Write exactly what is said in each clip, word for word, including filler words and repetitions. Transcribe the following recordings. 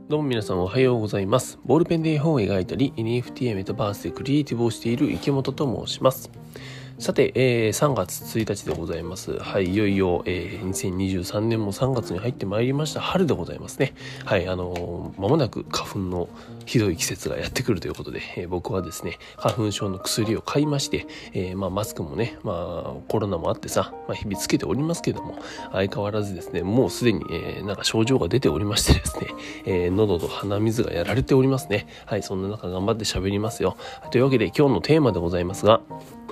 どうも皆さんおはようございます。ボールペンで絵本を描いたり エヌエフティー やメタバースでクリエイティブをしている池本と申します。さて、えー、さんがつついたちでございます。はい、いよいよ、えー、にせんにじゅうさんねんもさんがつに入ってまいりました。春でございますね。はい、あのー、間もなく花粉のひどい季節がやってくるということで、えー、僕はですね、花粉症の薬を買いまして、えー、まあマスクもね、まあコロナもあってさ、まあ、日々つけておりますけども、相変わらずですね、もうすでに、えー、なんか症状が出ておりましてですね、えー、喉と鼻水がやられておりますね。はい、そんな中頑張って喋りますよ。というわけで今日のテーマでございますが、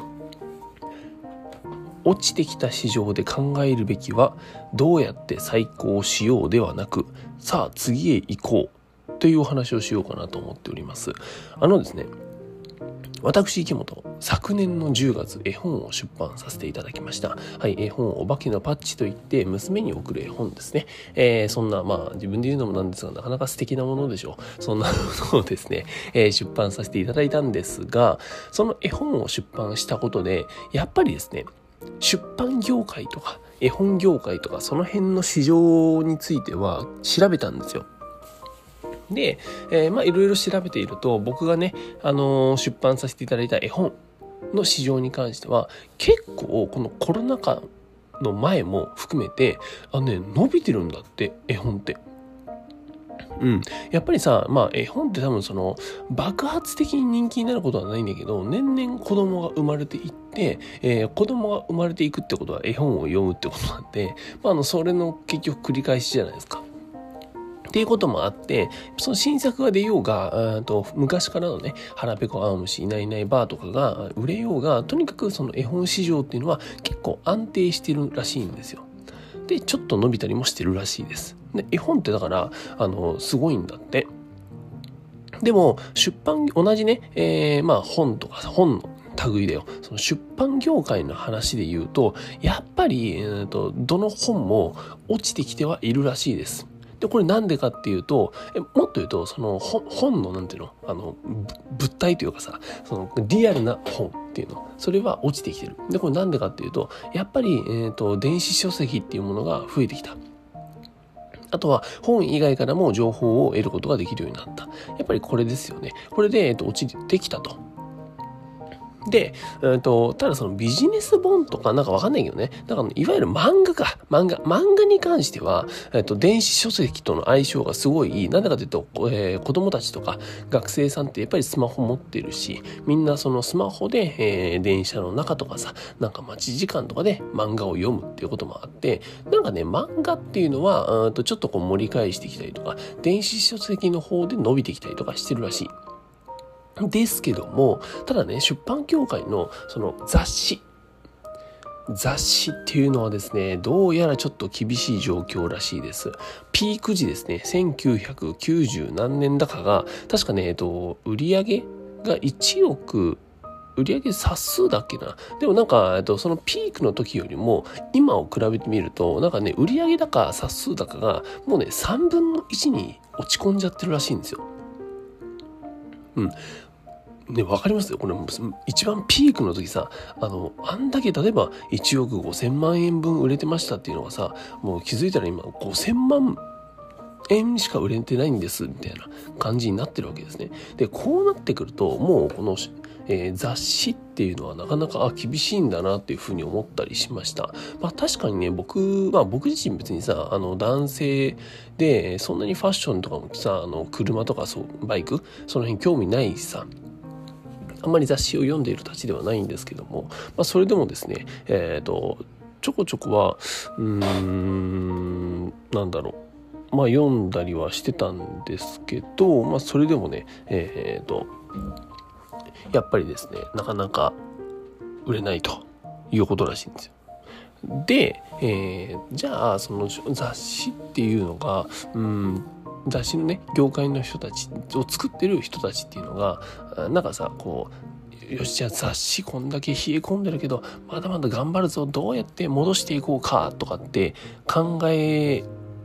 落ちてきた市場で考えるべきはどうやって再興しようではなく、さあ次へ行こうというお話をしようかなと思っております。あのですね、私池本、昨年のじゅうがつ絵本を出版させていただきました。はい、絵本お化けのパッチといって娘に送る絵本ですね。えー、そんなまあ自分で言うのもなんですが、なかなか素敵なものでしょう。そんなものをですね、えー、出版させていただいたんですが、その絵本を出版したことでやっぱりですね、出版業界とか絵本業界とかその辺の市場については調べたんですよ。で、えー、まあいろいろ調べていると、僕がね、あのー、出版させていただいた絵本の市場に関しては結構このコロナ禍の前も含めてあのね伸びてるんだって、絵本って。うん、やっぱりさ、まあ絵本って多分その爆発的に人気になることはないんだけど、年々子供が生まれていって、えー、子供が生まれていくってことは絵本を読むってことなんで、まあ、あのそれの結局繰り返しじゃないですか。っていうこともあって、その新作が出ようが、と昔からのね、腹ペコアオムシいないいないばーとかが売れようが、とにかくその絵本市場っていうのは結構安定してるらしいんですよ。で、ちょっと伸びたりもしてるらしいです。で、絵本ってだから、あの、すごいんだって。でも、出版、同じね、えー、まあ本とか本の類だよ。その出版業界の話で言うと、やっぱり、えーと、どの本も落ちてきてはいるらしいです。で、これなんでかっていうと、えもっと言うと、その本のなんていうの、あの、物体というかさ、そのリアルな本っていうの、それは落ちてきてる。で、これなんでかっていうと、やっぱり、えっと、電子書籍っていうものが増えてきた。あとは本以外からも情報を得ることができるようになった。やっぱりこれですよね。これで、えっと、落ちてきたと。で、えーと、ただそのビジネス本とかなんかわかんないけどね。だからいわゆる漫画か。漫画。漫画に関しては、えーと、電子書籍との相性がすごいいい。なんでかというと、えー、子供たちとか学生さんってやっぱりスマホ持ってるし、みんなそのスマホで、えー、電車の中とかさ、なんか待ち時間とかで漫画を読むっていうこともあって、なんかね、漫画っていうのは、とちょっとこう盛り返してきたりとか、電子書籍の方で伸びてきたりとかしてるらしい。ですけども、ただね、出版協会のその雑誌、雑誌っていうのはですね、どうやらちょっと厳しい状況らしいです。ピーク時ですね、せんきゅうひゃくきゅうじゅう何年だかが、確かね、えっと、売上がいちおく、売上冊数だっけな。でもなんか、えっと、そのピークの時よりも、今を比べてみると、なんかね、売上高、冊数高が、もうね、さんぶんのいちに落ち込んじゃってるらしいんですよ。うん。ね、わかりますよ。これ、一番ピークの時さ、あの、あんだけ例えばいちおくごせんまんえんぶん売れてましたっていうのがさ、もう気づいたら今ごせんまんえんしか売れてないんです、みたいな感じになってるわけですね。で、こうなってくると、もうこの、えー、雑誌っていうのはなかなかあ厳しいんだなっていうふうに思ったりしました。まあ確かにね、僕、まあ僕自身別にさ、あの男性で、そんなにファッションとかもさ、あの車とかそうバイク、その辺興味ないしさ、あんまり雑誌を読んでいるたちではないんですけども、まあ、それでもですね、えっと、ちょこちょこは、うーん、なんだろう、まあ読んだりはしてたんですけど、まあそれでもね、えっと、やっぱりですね、なかなか売れないということらしいんですよ。で、えー、じゃあその雑誌っていうのが、うん、雑誌のね業界の人たちを作ってる人たちっていうのがなんかさこうよしじゃあ雑誌こんだけ冷え込んでるけどまだまだ頑張るぞどうやって戻していこうかとかって考え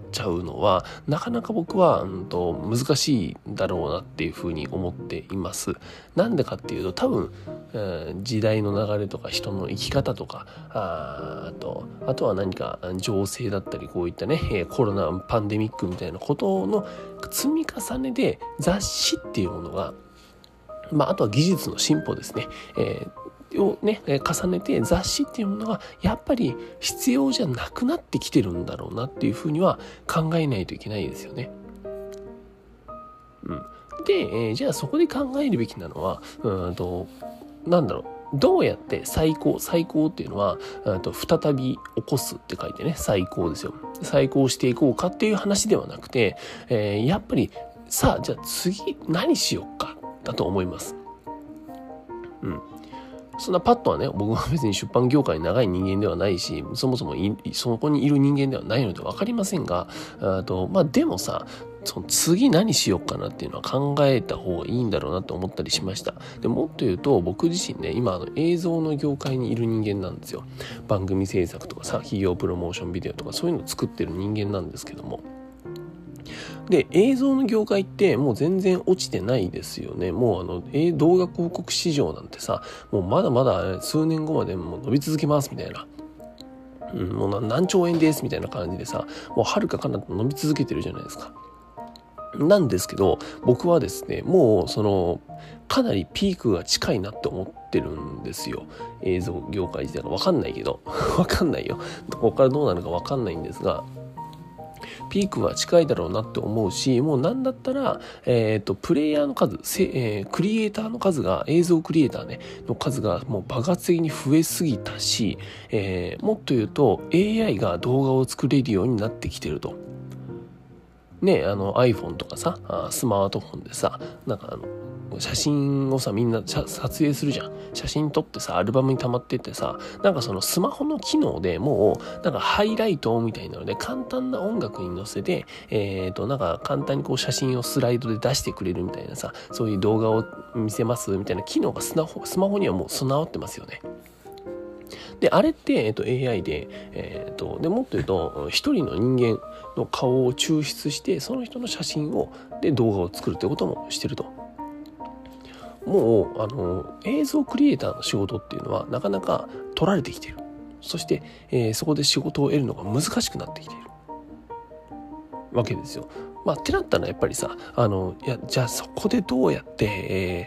ちゃうのはなかなか僕は、うん、と難しいだろうなっていうふうに思っています。なんでかっていうと多分、うん、時代の流れとか人の生き方とかああとあとは何か情勢だったりこういったねコロナパンデミックみたいなことの積み重ねで雑誌っていうものが、まあ、あとは技術の進歩ですね、えーをね、重ねて雑誌っていうものがやっぱり必要じゃなくなってきてるんだろうなっていうふうには考えないといけないですよね。うん、で、えー、じゃあそこで考えるべきなのはうんとなんだろうどうやって再興再興っていうのはと再び起こすって書いてね再興ですよ。再興していこうかっていう話ではなくて、えー、やっぱりさあじゃあ次何しようかだと思います。うん。そんなパッとはね僕は別に出版業界に長い人間ではないしそもそもいそこにいる人間ではないので分かりませんがあと、まあ、でもさその次何しようかなっていうのは考えた方がいいんだろうなと思ったりしました。でもっと言うと僕自身ね今あの映像の業界にいる人間なんですよ。番組制作とかさ企業プロモーションビデオとかそういうのを作ってる人間なんですけども、で映像の業界ってもう全然落ちてないですよね。もうあの動画広告市場なんてさもうまだまだ数年後までも伸び続けますみたいな、うん、もう何兆円ですみたいな感じでさもうはるか彼方伸び続けてるじゃないですか。なんですけど僕はですねもうそのかなりピークが近いなって思ってるんですよ。映像業界自体が分かんないけど分かんないよここからどうなるか分かんないんですがピークは近いだろうなって思うし、もうなんだったら、えっと、プレイヤーの数、えー、クリエイターの数が、映像クリエイターね、の数がもう爆発的に増えすぎたし、えー、もっと言うと エーアイ が動画を作れるようになってきてると。ね、あの iPhone とかさ、スマートフォンでさ、なんかあの、写真をさみんな撮影するじゃん。写真撮ってさアルバムに溜まってってさなんかそのスマホの機能でもうなんかハイライトみたいなので簡単な音楽に乗せてえっとなんか簡単にこう写真をスライドで出してくれるみたいなさそういう動画を見せますみたいな機能がスマホ、スマホにはもう備わってますよね。であれって、えっと、エーアイ で、えっと、でもっと言うと一人の人間の顔を抽出してその人の写真をで動画を作るってこともしてると。もうあの映像クリエイターの仕事っていうのはなかなか取られてきている。そして、えー、そこで仕事を得るのが難しくなってきているわけですよ。まあってなったらやっぱりさあのいやじゃあそこでどうやって、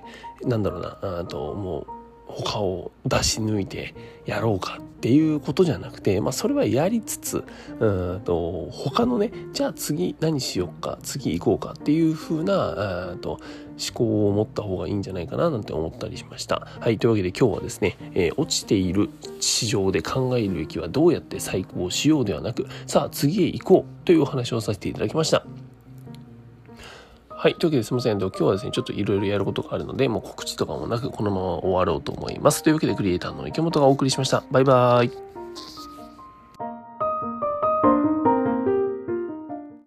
えー、なんだろうなあともう他を出し抜いてやろうかっていうことじゃなくて、まあ、それはやりつつうんと他のねじゃあ次何しようか次行こうかっていう風なあと思考を持った方がいいんじゃないかななんて思ったりしました。はい、というわけで今日はですね、えー、落ちている市場で考えるべきはどうやって再興しようではなくさあ次へ行こうというお話をさせていただきました。はい。というわけですみません。今日はですね、ちょっといろいろやることがあるので、もう告知とかもなくこのまま終わろうと思います。というわけで、クリエイターの池本がお送りしました。バイバーイ。